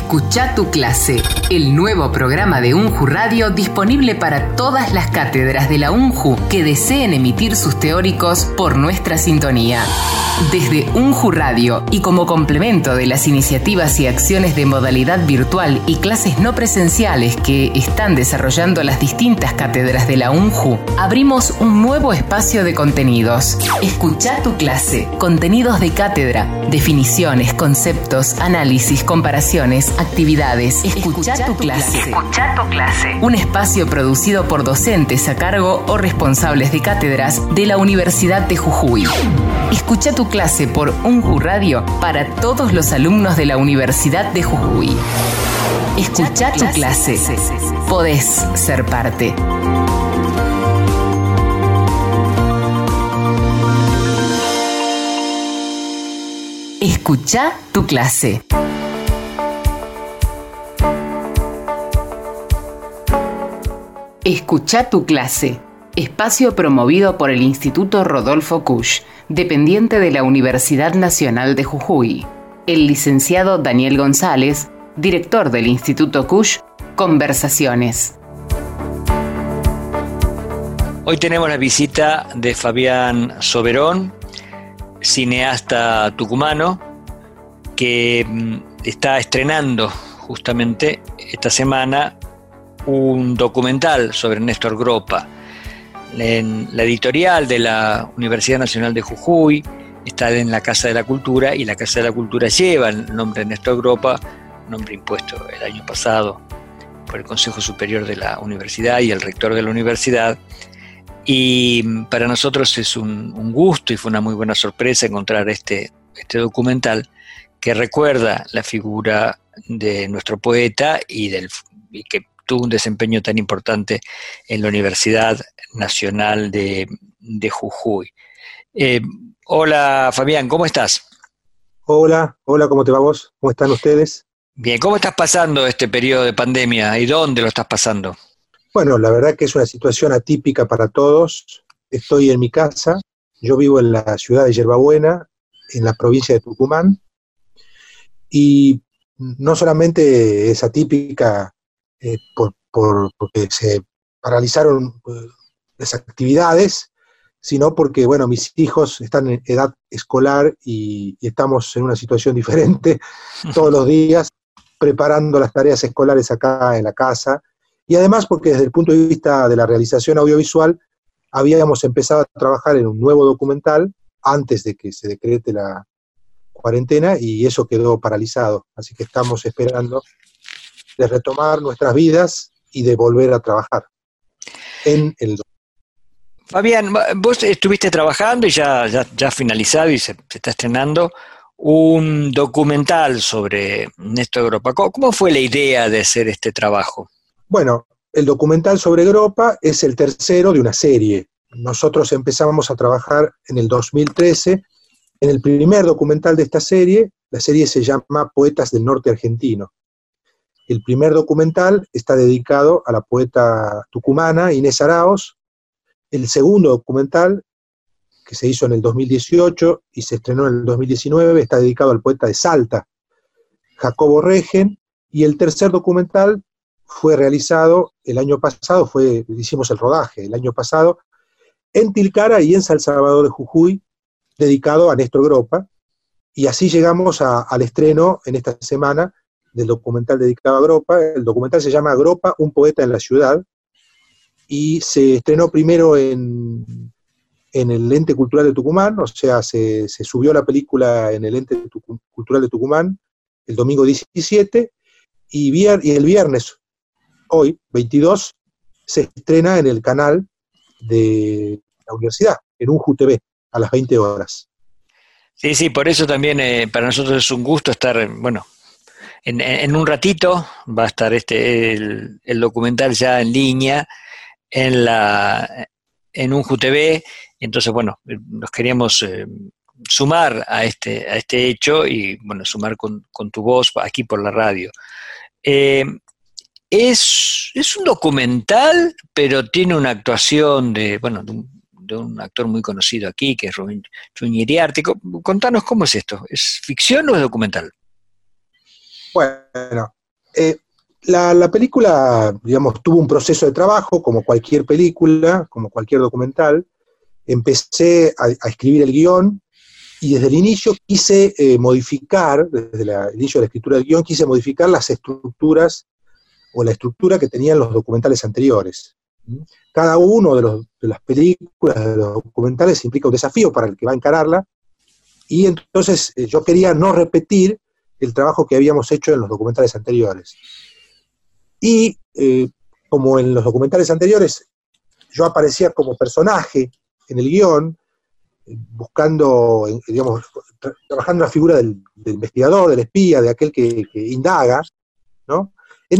Escucha tu clase, el nuevo programa de UNJU Radio disponible para todas las cátedras de la UNJU que deseen emitir sus teóricos por nuestra sintonía. Desde UNJU Radio y como complemento de las iniciativas y acciones de modalidad virtual y clases no presenciales que están desarrollando las distintas cátedras de la UNJU, abrimos un nuevo espacio de contenidos. Escucha tu clase, contenidos de cátedra, definiciones, conceptos, análisis, comparaciones, actividades. Escucha tu clase. Escucha tu clase. Un espacio producido por docentes a cargo o responsables de cátedras de la Universidad de Jujuy. Escucha tu clase por UNJU Radio para todos los alumnos de la Universidad de Jujuy. Escucha tu clase. Podés ser parte. Escucha tu clase. Escucha tu clase. Espacio promovido por el Instituto Rodolfo Kusch, dependiente de la Universidad Nacional de Jujuy. El licenciado Daniel González, director del Instituto Kusch, conversaciones. Hoy tenemos la visita de Fabián Soberón, cineasta tucumano, que está estrenando justamente esta semana un documental sobre Néstor Gropa. En la editorial de la Universidad Nacional de Jujuy está en la Casa de la Cultura, y la Casa de la Cultura lleva el nombre de Néstor Gropa, nombre impuesto el año pasado por el Consejo Superior de la Universidad y el rector de la universidad. Y para nosotros es un gusto y fue una muy buena sorpresa encontrar este documental que recuerda la figura de nuestro poeta y que tuvo un desempeño tan importante en la Universidad Nacional de Jujuy. Hola Fabián, ¿cómo estás? Hola, ¿cómo te va vos? ¿Cómo están ustedes? Bien, ¿cómo estás pasando este periodo de pandemia y dónde lo estás pasando? Bueno, la verdad que es una situación atípica para todos. Estoy en mi casa, yo vivo en la ciudad de Yerbabuena, en la provincia de Tucumán, y no solamente es atípica porque se paralizaron las actividades, sino porque, bueno, mis hijos están en edad escolar y estamos en una situación diferente todos los días, preparando las tareas escolares acá en la casa, y además porque desde el punto de vista de la realización audiovisual habíamos empezado a trabajar en un nuevo documental antes de que se decrete la cuarentena, y eso quedó paralizado, así que estamos esperando de retomar nuestras vidas y de volver a trabajar en el... Fabián, vos estuviste trabajando y ya finalizado y se está estrenando un documental sobre Néstor Gropa. ¿Cómo fue la idea de hacer este trabajo? Bueno, el documental sobre Gropa es el tercero de una serie. Nosotros empezamos a trabajar en el 2013 en el primer documental de esta serie. La serie se llama Poetas del Norte Argentino. El primer documental está dedicado a la poeta tucumana Inés Araoz. El segundo documental, que se hizo en el 2018 y se estrenó en el 2019, está dedicado al poeta de Salta, Jacobo Regen. Y el tercer documental fue realizado el año pasado, hicimos el rodaje el año pasado, en Tilcara y en San Salvador de Jujuy, dedicado a Néstor Gropa. Y así llegamos al estreno en esta semana del documental dedicado a Gropa. El documental se llama Gropa, un poeta en la ciudad, y se estrenó primero en el Ente Cultural de Tucumán, o sea, se subió la película en el Ente Cultural de Tucumán el domingo 17, y el viernes, hoy, 22, se estrena en el canal de la universidad, en UNJU TV, a las 20 horas. Sí, por eso también para nosotros es un gusto estar, bueno, en un ratito va a estar el documental ya en línea en UNJU TV. Entonces, bueno, nos queríamos sumar a este hecho y, bueno, sumar con tu voz aquí por la radio. Es un documental, pero tiene una actuación de un actor muy conocido aquí, que es Rubén Chuñiriarte. Contanos cómo es esto. ¿Es ficción o es documental? Bueno, La película, digamos, tuvo un proceso de trabajo, como cualquier película, como cualquier documental. Empecé a escribir el guión, y desde el inicio quise modificar, desde el inicio de la escritura del guión, quise modificar las estructuras, o la estructura que tenían los documentales anteriores. Cada uno de las películas, de los documentales, implica un desafío para el que va a encararla, y entonces yo quería no repetir el trabajo que habíamos hecho en los documentales anteriores. Y como en los documentales anteriores yo aparecía como personaje en el guión, buscando, digamos, trabajando la figura del investigador, del espía, de aquel que indaga, ¿no? En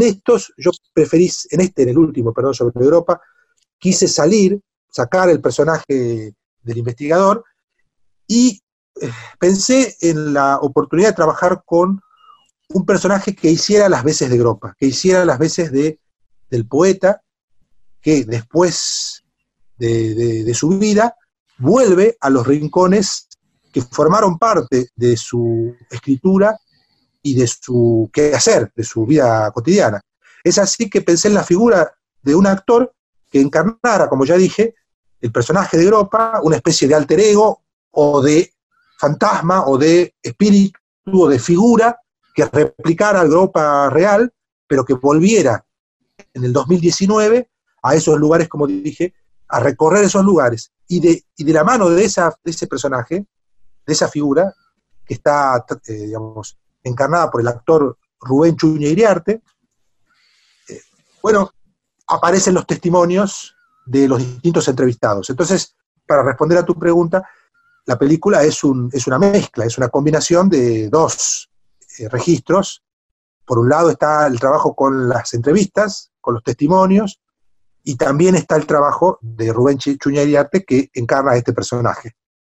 el último, perdón, sobre Europa, quise sacar el personaje del investigador, y pensé en la oportunidad de trabajar con un personaje que hiciera las veces de Gropa, que hiciera las veces del poeta, que después de su vida vuelve a los rincones que formaron parte de su escritura y de su quehacer, de su vida cotidiana. Es así que pensé en la figura de un actor que encarnara, como ya dije, el personaje de Gropa, una especie de alter ego, o de fantasma, o de espíritu, o de figura, que replicara al Gropa real, pero que volviera en el 2019 a esos lugares, como dije, a recorrer esos lugares, y de la mano de ese personaje, de esa figura, que está, digamos, encarnada por el actor Rubén Chuña Iriarte, bueno, aparecen los testimonios de los distintos entrevistados. Entonces, para responder a tu pregunta, la película es una mezcla, es una combinación de dos registros. Por un lado está el trabajo con las entrevistas, con los testimonios, y también está el trabajo de Rubén Chuña Iriarte, que encarna a este personaje.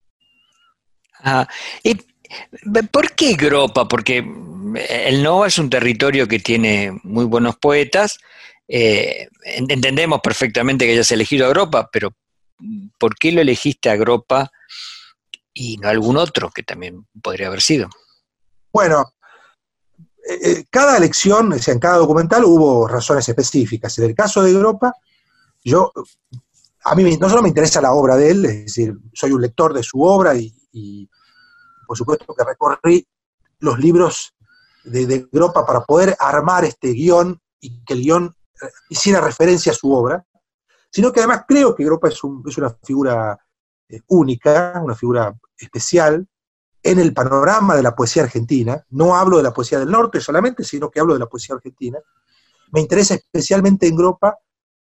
¿Y por qué Gropa? Porque el Nova es un territorio que tiene muy buenos poetas. Entendemos perfectamente que hayas elegido a Gropa, pero ¿por qué lo elegiste a Gropa y no a algún otro que también podría haber sido? Bueno, cada elección, o sea, en cada documental hubo razones específicas. En el caso de Gropa, a mí no solo me interesa la obra de él, es decir, soy un lector de su obra, y por supuesto que recorrí los libros de Gropa para poder armar este guión, y que el guión hiciera referencia a su obra, sino que además creo que Gropa es una figura única, una figura especial en el panorama de la poesía argentina. No hablo de la poesía del norte solamente, sino que hablo de la poesía argentina. Me interesa especialmente en Gropa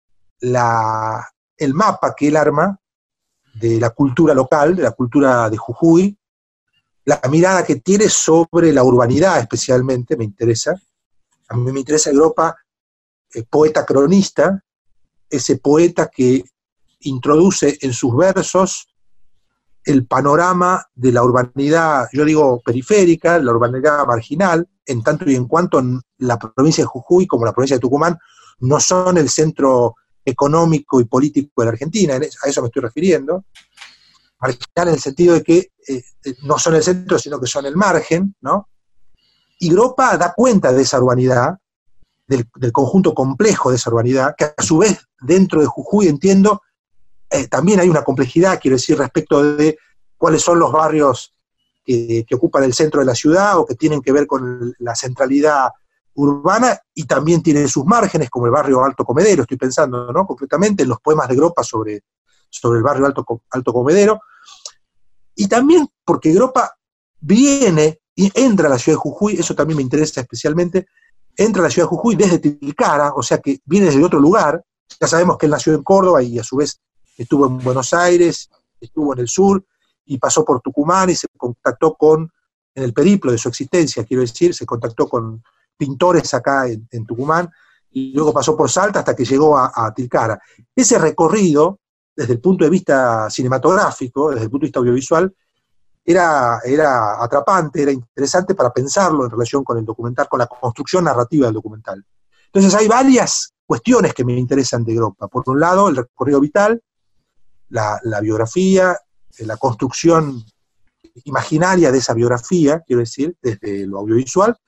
el mapa que él arma de la cultura local, de la cultura de Jujuy, la mirada que tiene sobre la urbanidad especialmente me interesa. A mí me interesa Gropa, poeta cronista, ese poeta que introduce en sus versos el panorama de la urbanidad, yo digo periférica, la urbanidad marginal, en tanto y en cuanto la provincia de Jujuy como la provincia de Tucumán no son el centro económico y político de la Argentina, a eso me estoy refiriendo. Marginal en el sentido de que no son el centro, sino que son el margen, ¿no? Y Gropa da cuenta de esa urbanidad, del conjunto complejo de esa urbanidad, que a su vez dentro de Jujuy, entiendo, también hay una complejidad, quiero decir, respecto de cuáles son los barrios que ocupan el centro de la ciudad o que tienen que ver con la centralidad urbana, y también tienen sus márgenes, como el barrio Alto Comedero, estoy pensando, ¿no?, concretamente en los poemas de Gropa sobre el barrio Alto Comedero, y también porque Gropa viene y entra a la ciudad de Jujuy, eso también me interesa especialmente, entra a la ciudad de Jujuy desde Tilcara, o sea que viene desde otro lugar. Ya sabemos que él nació en Córdoba y a su vez estuvo en Buenos Aires, estuvo en el sur, y pasó por Tucumán y se contactó en el periplo de su existencia, quiero decir, se contactó con pintores acá en Tucumán, y luego pasó por Salta hasta que llegó a Tilcara. Ese recorrido, desde el punto de vista cinematográfico, desde el punto de vista audiovisual, era atrapante, era interesante para pensarlo en relación con el documental, con la construcción narrativa del documental. Entonces hay varias cuestiones que me interesan de Gropa. Por un lado, el recorrido vital, la biografía, la construcción imaginaria de esa biografía, quiero decir, desde lo audiovisual,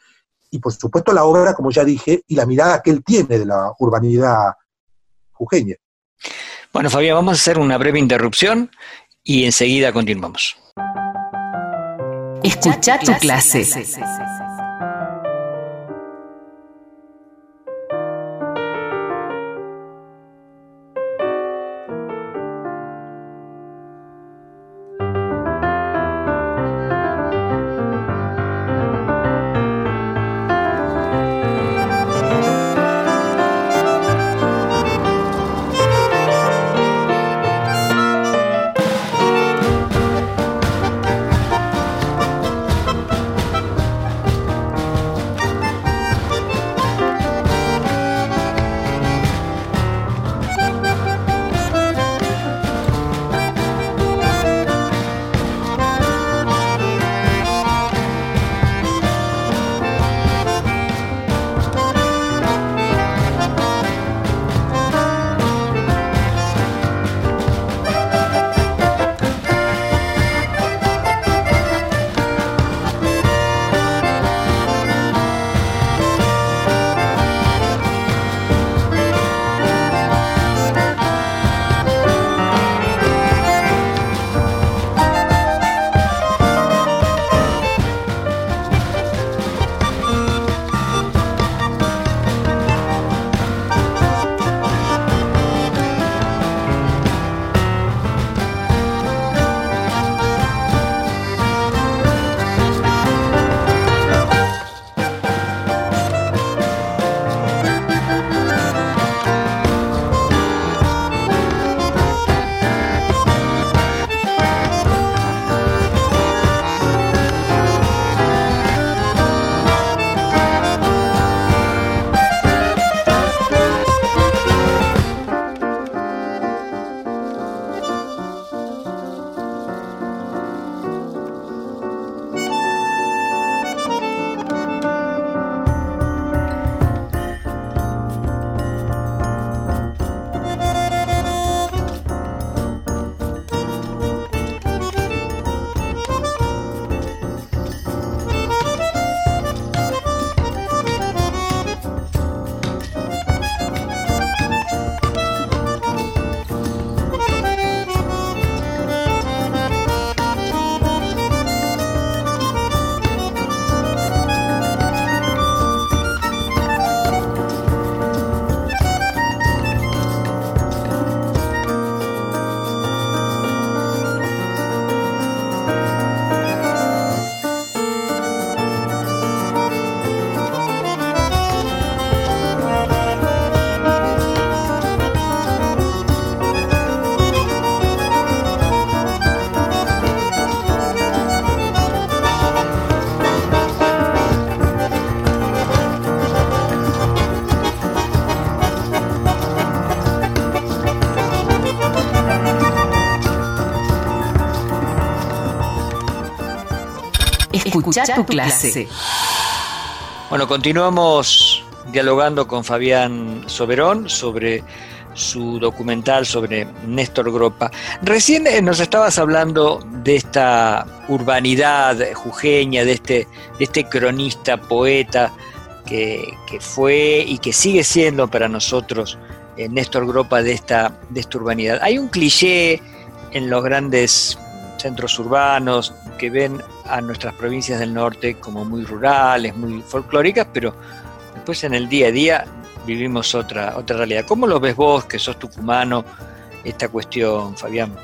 y por supuesto la obra, como ya dije, y la mirada que él tiene de la urbanidad jujeña. Bueno, Fabián, vamos a hacer una breve interrupción y enseguida continuamos. Escucha tu clase. Escucha tu clase. Bueno, continuamos dialogando con Fabián Soberón sobre su documental sobre Néstor Gropa. Recién nos estabas hablando de esta urbanidad jujeña, de este cronista, poeta que fue y que sigue siendo para nosotros Néstor Gropa de esta urbanidad. Hay un cliché en los grandes centros urbanos que ven a nuestras provincias del norte como muy rurales, muy folclóricas, pero después en el día a día vivimos otra realidad. ¿Cómo lo ves vos, que sos tucumano, esta cuestión, Fabián?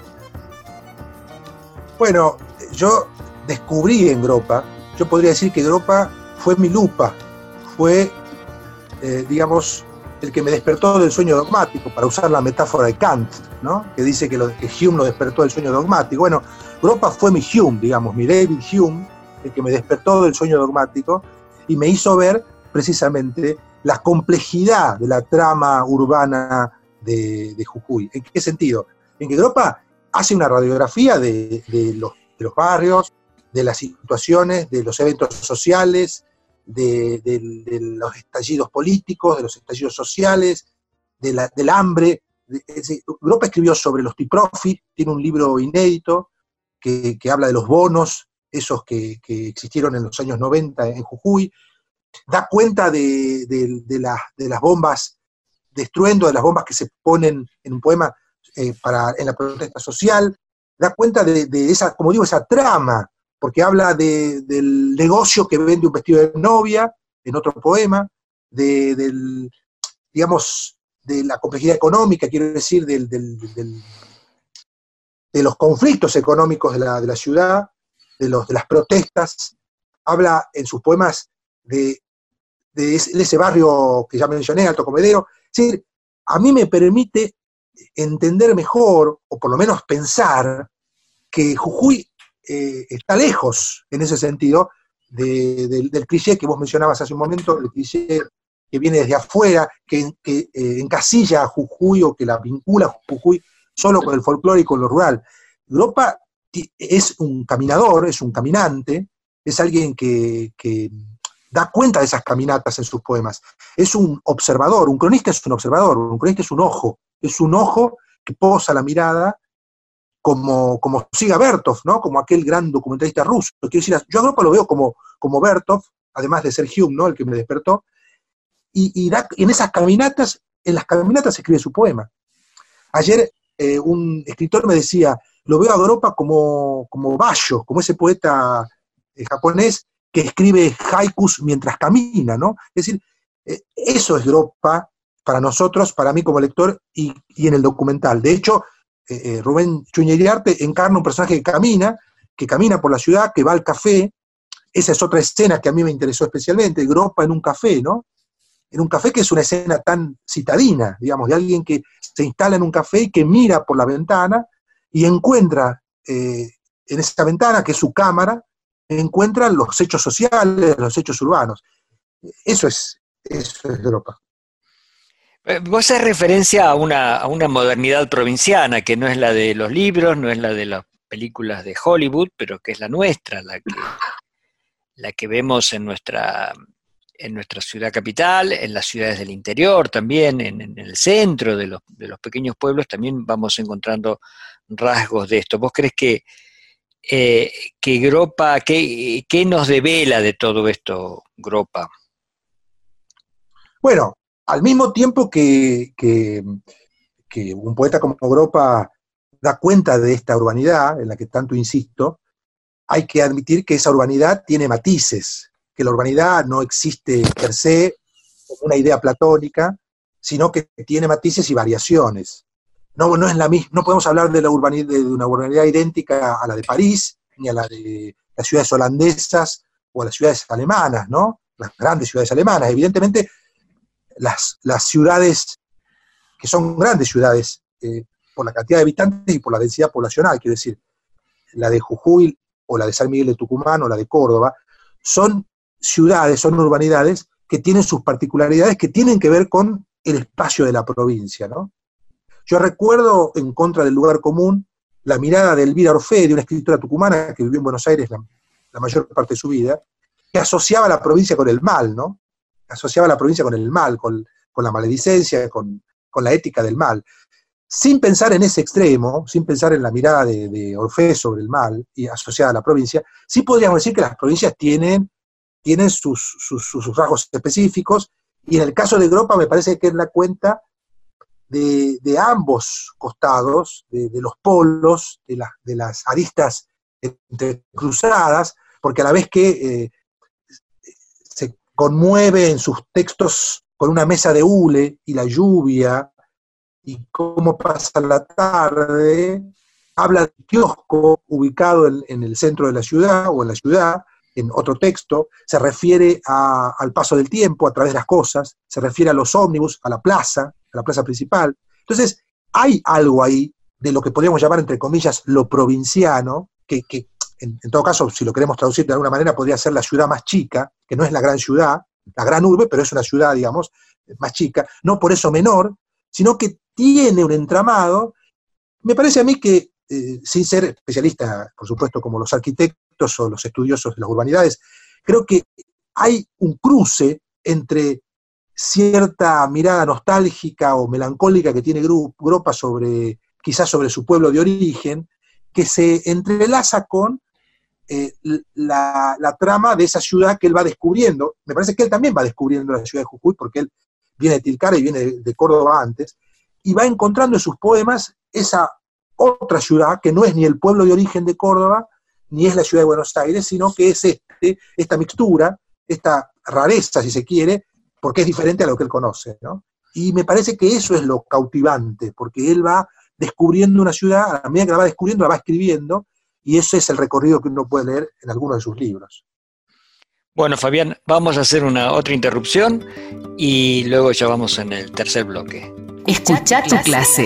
Bueno, yo descubrí en Gropa, yo podría decir que Gropa fue mi lupa, fue, digamos, el que me despertó del sueño dogmático, para usar la metáfora de Kant, ¿no? Que dice que Hume lo despertó del sueño dogmático. Bueno, Gropa fue mi Hume, digamos, mi David Hume, el que me despertó del sueño dogmático y me hizo ver precisamente la complejidad de la trama urbana de Jujuy. ¿En qué sentido? En que Gropa hace una radiografía de los barrios, de las situaciones, de los eventos sociales, de los estallidos políticos, de los estallidos sociales, del hambre. Gropa escribió sobre los TIPROFI, tiene un libro inédito que habla de los bonos, esos que existieron en los años 90 en Jujuy. da cuenta de las bombas de estruendo, de las bombas que se ponen en un poema en la protesta social, da cuenta de esa, como digo, esa trama, porque habla del negocio que vende un vestido de novia, en otro poema, digamos, de la complejidad económica, quiero decir, de los conflictos económicos de la ciudad, de las protestas. Habla en sus poemas de ese barrio que ya mencioné, Alto Comedero. Es decir, a mí me permite entender mejor, o por lo menos pensar, que Jujuy está lejos, en ese sentido, del cliché que vos mencionabas hace un momento, el cliché que viene desde afuera, que encasilla a Jujuy o que la vincula a Jujuy solo con el folclore y con lo rural. Europa es un caminador, es un caminante, es alguien que da cuenta de esas caminatas en sus poemas. Es un observador, un cronista es un observador, un cronista es un ojo que posa la mirada como siga Vertov, ¿no? Como aquel gran documentalista ruso. Quiero decir, yo a Europa lo veo como Vertov, además de ser Hume, ¿no? El que me despertó, y en las caminatas escribe su poema. Ayer un escritor me decía, lo veo a Europa como Basho, como ese poeta japonés que escribe haikus mientras camina, ¿no? Es decir, eso es Europa para nosotros, para mí como lector, y en el documental. De hecho, Rubén Chuñeriarte encarna un personaje que camina por la ciudad, que va al café. Esa es otra escena que a mí me interesó especialmente, Europa en un café, ¿no? En un café, que es una escena tan citadina, digamos, de alguien que se instala en un café y que mira por la ventana y encuentra en esa ventana, que es su cámara, encuentra los hechos sociales, los hechos urbanos. Eso es Europa. Vos haces referencia a una modernidad provinciana, que no es la de los libros, no es la de las películas de Hollywood, pero que es la nuestra, la que vemos en nuestra ciudad capital, en las ciudades del interior también, en el centro de los pequeños pueblos también vamos encontrando rasgos de esto. ¿Vos crees que Gropa, qué nos devela de todo esto, Gropa? Bueno, al mismo tiempo que un poeta como Gropa da cuenta de esta urbanidad, en la que tanto insisto, hay que admitir que esa urbanidad tiene matices, que la urbanidad no existe per se como una idea platónica, sino que tiene matices y variaciones. No es la misma, no podemos hablar de una urbanidad idéntica a la de París, ni a la de las ciudades holandesas o a las ciudades alemanas, ¿no? Las grandes ciudades alemanas. Evidentemente, las ciudades que son grandes ciudades por la cantidad de habitantes y por la densidad poblacional, quiero decir, la de Jujuy o la de San Miguel de Tucumán o la de Córdoba, son ciudades, son urbanidades que tienen sus particularidades que tienen que ver con el espacio de la provincia, ¿no? Yo recuerdo, en contra del lugar común, la mirada de Elvira Orfé, de una escritora tucumana que vivió en Buenos Aires la mayor parte de su vida, que asociaba la provincia con el mal, ¿no? Asociaba la provincia con el mal, con la maledicencia, con la ética del mal. Sin pensar en ese extremo, sin pensar en la mirada de Orfé sobre el mal y asociada a la provincia, sí podríamos decir que las provincias tienen sus rasgos específicos, y en el caso de Gropa me parece que es la cuenta de ambos costados, de los polos, de las aristas entrecruzadas, porque a la vez que se conmueve en sus textos con una mesa de hule y la lluvia, y cómo pasa la tarde, habla del kiosco ubicado en el centro de la ciudad, o en la ciudad, en otro texto, se refiere al paso del tiempo a través de las cosas, se refiere a los ómnibus, a la plaza principal. Entonces, hay algo ahí de lo que podríamos llamar, entre comillas, lo provinciano, que en todo caso, si lo queremos traducir de alguna manera, podría ser la ciudad más chica, que no es la gran ciudad, la gran urbe, pero es una ciudad, digamos, más chica, no por eso menor, sino que tiene un entramado. Me parece a mí que, sin ser especialista, por supuesto, como los arquitectos o los estudiosos de las urbanidades, creo que hay un cruce entre cierta mirada nostálgica o melancólica que tiene Gropa quizás sobre su pueblo de origen, que se entrelaza con la trama de esa ciudad que él va descubriendo. Me parece que él también va descubriendo la ciudad de Jujuy, porque él viene de Tilcara y viene de Córdoba antes, y va encontrando en sus poemas esa otra ciudad que no es ni el pueblo de origen de Córdoba, ni es la ciudad de Buenos Aires, sino que es esta mixtura, esta rareza, si se quiere, porque es diferente a lo que él conoce, ¿no? Y me parece que eso es lo cautivante, porque él va descubriendo una ciudad, a medida que la va descubriendo, la va escribiendo, y ese es el recorrido que uno puede leer en alguno de sus libros. Bueno, Fabián, vamos a hacer otra interrupción y luego ya vamos en el tercer bloque. Escucha tu clase.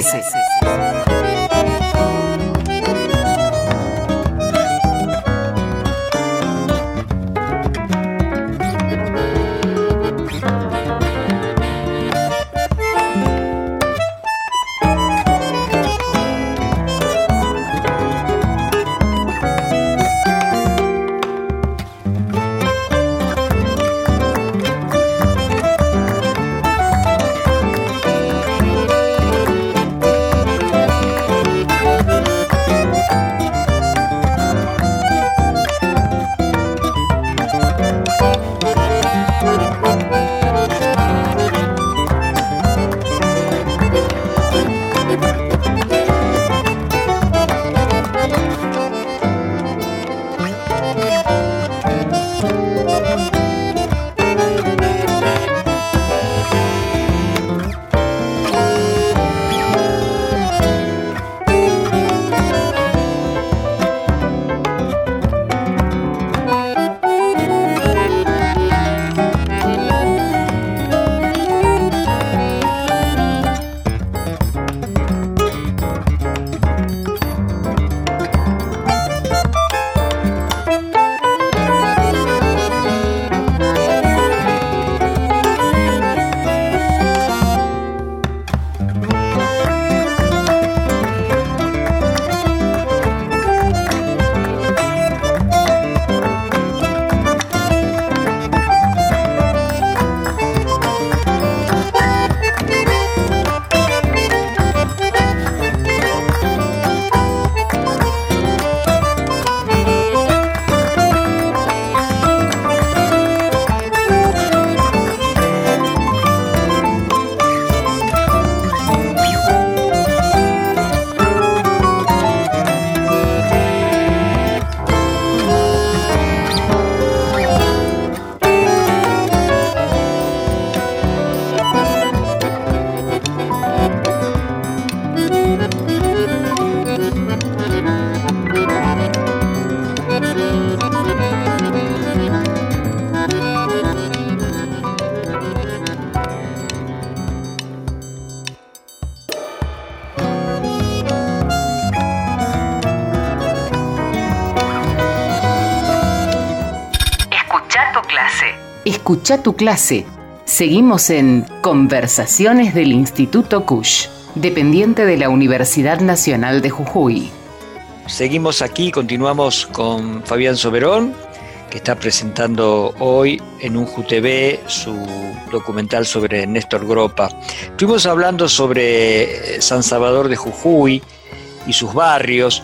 Escucha tu clase. Seguimos en Conversaciones del Instituto Kush, dependiente de la Universidad Nacional de Jujuy. Seguimos aquí, continuamos con Fabián Soberón, que está presentando hoy en UNJU TV su documental sobre Néstor Gropa. Estuvimos hablando sobre San Salvador de Jujuy y sus barrios,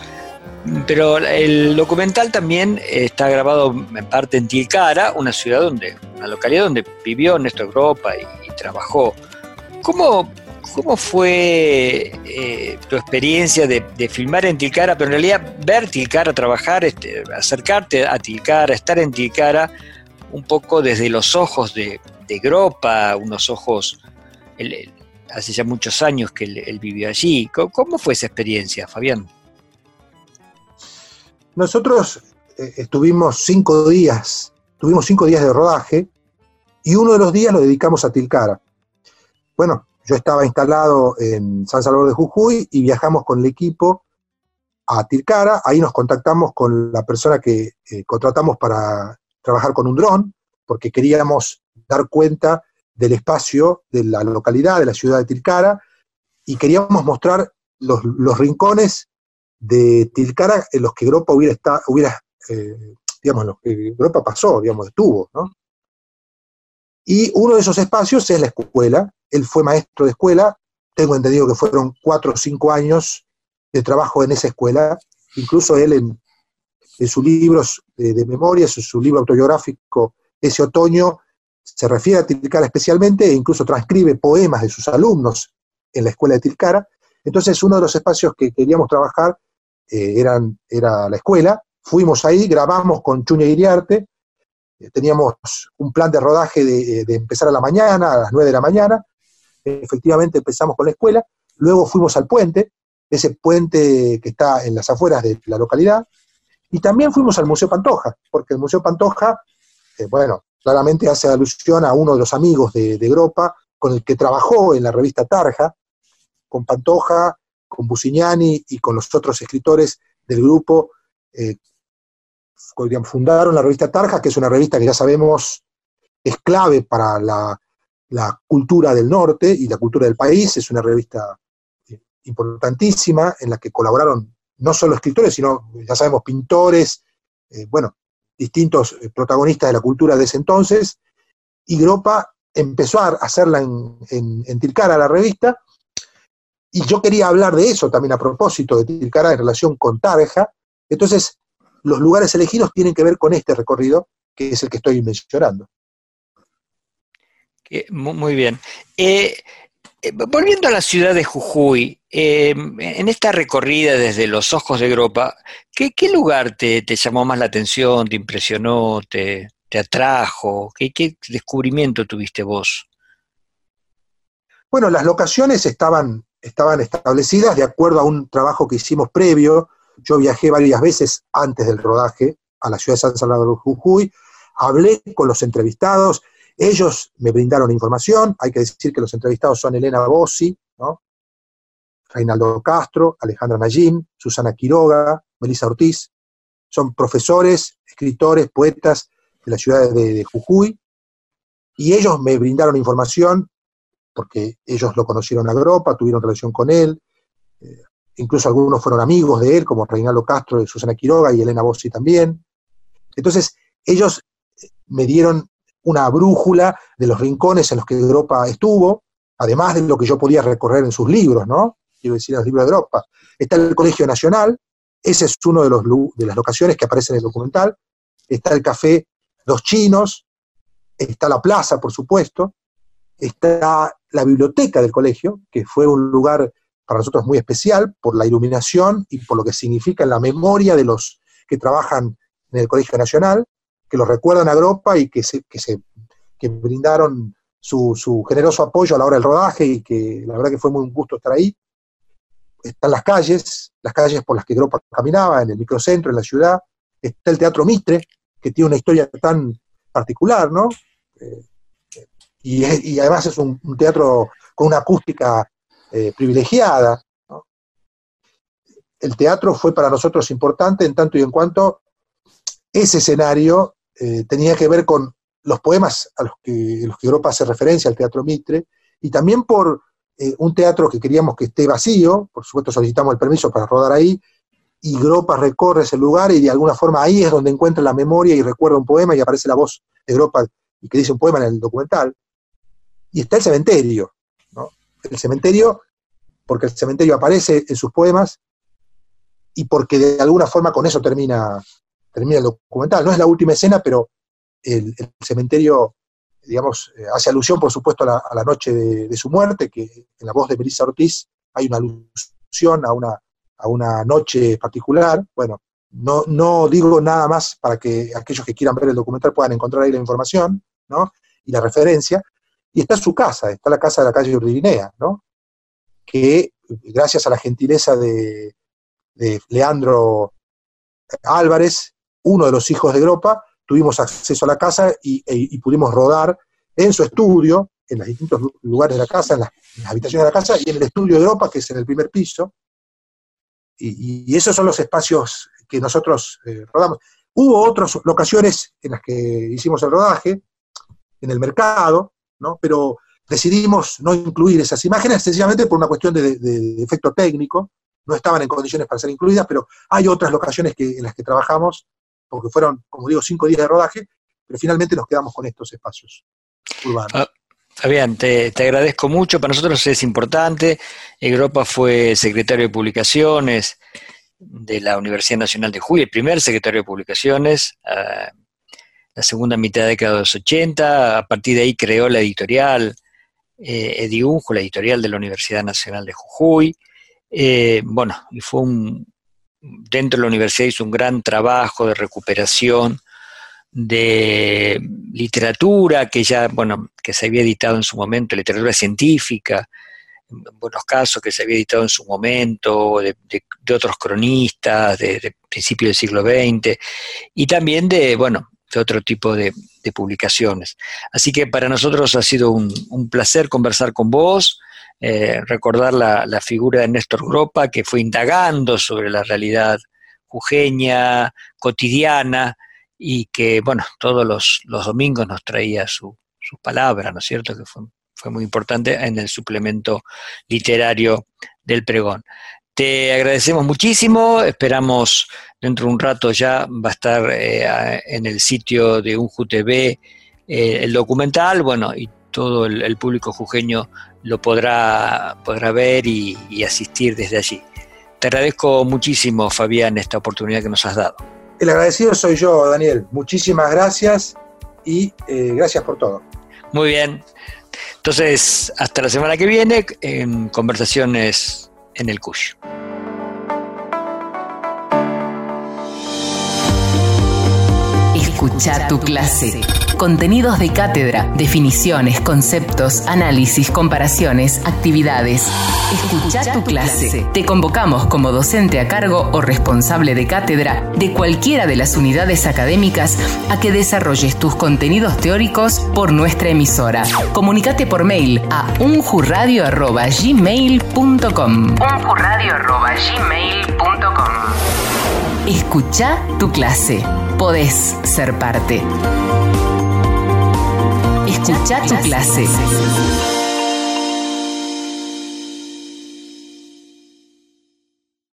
pero el documental también está grabado en parte en Tilcara, una localidad donde vivió Néstor Gropa y trabajó. ¿Cómo fue tu experiencia de filmar en Tilcara, pero en realidad ver Tilcara trabajar, acercarte a Tilcara, estar en Tilcara un poco desde los ojos de Gropa, unos ojos, hace ya muchos años que él vivió allí? ¿Cómo fue esa experiencia, Fabián? Nosotros tuvimos 5 días de rodaje y uno de los días lo dedicamos a Tilcara. Bueno, yo estaba instalado en San Salvador de Jujuy y viajamos con el equipo a Tilcara. Ahí nos contactamos con la persona que contratamos para trabajar con un dron, porque queríamos dar cuenta del espacio de la localidad, de la ciudad de Tilcara, y queríamos mostrar los rincones de Tilcara en los que Gropa digamos, los que Gropa pasó, digamos, estuvo, ¿no? Y uno de esos espacios es la escuela. Él fue maestro de escuela, tengo entendido que fueron 4 o 5 años de trabajo en esa escuela, incluso él en sus libros de memorias, en su libro autobiográfico, Ese otoño, se refiere a Tilcara especialmente e incluso transcribe poemas de sus alumnos en la escuela de Tilcara. Entonces, uno de los espacios que queríamos trabajar era la escuela. Fuimos ahí, grabamos con Chuña Iriarte, teníamos un plan de rodaje de empezar a la mañana, a las 9 de la mañana. Efectivamente empezamos con la escuela, luego fuimos al puente, ese puente que está en las afueras de la localidad, y también fuimos al Museo Pantoja, porque el Museo Pantoja, claramente hace alusión a uno de los amigos de Gropa, con el que trabajó en la revista Tarja, con Pantoja, con Busignani y con los otros escritores del grupo. Fundaron la revista Tarja, que es una revista que ya sabemos es clave para la cultura del norte y la cultura del país. Es una revista importantísima en la que colaboraron no solo escritores, sino, ya sabemos, pintores, distintos protagonistas de la cultura de ese entonces, y Gropa empezó a hacerla en Tilcara, la revista, y yo quería hablar de eso también a propósito de Tilcara en relación con Tarja. Entonces, los lugares elegidos tienen que ver con este recorrido, que es el que estoy mencionando. Muy bien. Volviendo a la ciudad de Jujuy, en esta recorrida desde los ojos de Gropa, ¿qué lugar te llamó más la atención, te impresionó, te atrajo? ¿Qué descubrimiento tuviste vos? Bueno, las locaciones estaban establecidas de acuerdo a un trabajo que hicimos previo. Yo viajé varias veces antes del rodaje a la ciudad de San Salvador de Jujuy, hablé con los entrevistados, ellos me brindaron información. Hay que decir que los entrevistados son Elena Bossi, ¿no?, Reinaldo Castro, Alejandra Nayim, Susana Quiroga, Melissa Ortiz. Son profesores, escritores, poetas de la ciudad de Jujuy, y ellos me brindaron información porque ellos lo conocieron a Gropa, tuvieron relación con él, incluso algunos fueron amigos de él, como Reinaldo Castro, Susana Quiroga y Elena Bossi también. Entonces, ellos me dieron una brújula de los rincones en los que Gropa estuvo, además de lo que yo podía recorrer en sus libros, ¿no? Quiero decir, en los libros de Gropa. Está el Colegio Nacional, ese es uno de las locaciones que aparece en el documental. Está el Café Los Chinos, está la plaza, por supuesto, está la biblioteca del colegio, que fue un lugar para nosotros muy especial por la iluminación y por lo que significa en la memoria de los que trabajan en el Colegio Nacional, que los recuerdan a Gropa y que brindaron su generoso apoyo a la hora del rodaje, y que la verdad que fue muy un gusto estar ahí. Están las calles por las que Gropa caminaba, en el microcentro, en la ciudad. Está el Teatro Mitre, que tiene una historia tan particular, ¿no? Y además es un teatro con una acústica privilegiada, ¿no? El teatro fue para nosotros importante en tanto y en cuanto ese escenario tenía que ver con los poemas a los que Gropa hace referencia, al Teatro Mitre, y también por un teatro que queríamos que esté vacío. Por supuesto solicitamos el permiso para rodar ahí, y Gropa recorre ese lugar, y de alguna forma ahí es donde encuentra la memoria y recuerda un poema, y aparece la voz de Gropa y que dice un poema en el documental. Y está el cementerio, ¿no? El cementerio, porque el cementerio aparece en sus poemas, y porque de alguna forma con eso termina el documental. No es la última escena, pero el cementerio, digamos, hace alusión, por supuesto, a la noche de su muerte, que en la voz de Melissa Ortiz hay una alusión a una noche particular. Bueno, no digo nada más para que aquellos que quieran ver el documental puedan encontrar ahí la información, ¿no?, y la referencia. Y está su casa, está la casa de la calle Urdirinea, ¿no?, que gracias a la gentileza de Leandro Álvarez, uno de los hijos de Gropa, tuvimos acceso a la casa y pudimos rodar en su estudio, en los distintos lugares de la casa, en las habitaciones de la casa, y en el estudio de Gropa, que es en el primer piso. Y esos son los espacios que nosotros rodamos. Hubo otras locaciones en las que hicimos el rodaje, en el mercado, ¿no?, pero decidimos no incluir esas imágenes sencillamente por una cuestión de efecto técnico. No estaban en condiciones para ser incluidas, pero hay otras locaciones en las que trabajamos, porque fueron, como digo, 5 días de rodaje, pero finalmente nos quedamos con estos espacios urbanos. Fabián, te agradezco mucho. Para nosotros es importante. Gropa fue secretario de Publicaciones de la Universidad Nacional de Jujuy, el primer secretario de Publicaciones, la segunda mitad de la década de los 80, a partir de ahí creó la editorial Ediunju, la editorial de la Universidad Nacional de Jujuy. Bueno, y fue dentro de la universidad hizo un gran trabajo de recuperación de literatura que ya, bueno, que se había editado en su momento, literatura científica, en buenos casos que se había editado en su momento, de otros cronistas, de principios del siglo XX, y también de otro tipo de publicaciones. Así que para nosotros ha sido un placer conversar con vos, recordar la figura de Néstor Gropa, que fue indagando sobre la realidad jujeña, cotidiana, y que, todos los domingos nos traía su palabra, ¿no es cierto?, que fue muy importante en el suplemento literario del Pregón. Te agradecemos muchísimo, esperamos dentro de un rato ya va a estar en el sitio de UNJU TV el documental, y todo el público jujeño lo podrá ver y asistir desde allí. Te agradezco muchísimo, Fabián, esta oportunidad que nos has dado. El agradecido soy yo, Daniel. Muchísimas gracias y gracias por todo. Muy bien. Entonces, hasta la semana que viene en Conversaciones en el Cuyo. Escucha tu clase. Contenidos de cátedra, definiciones, conceptos, análisis, comparaciones, actividades. Escucha tu clase. Te convocamos como docente a cargo o responsable de cátedra de cualquiera de las unidades académicas a que desarrolles tus contenidos teóricos por nuestra emisora. Comunicate por mail a unjuradio@gmail.com. unjuradio@gmail.com. Escucha tu clase. Podés ser parte. Escucha tu clase.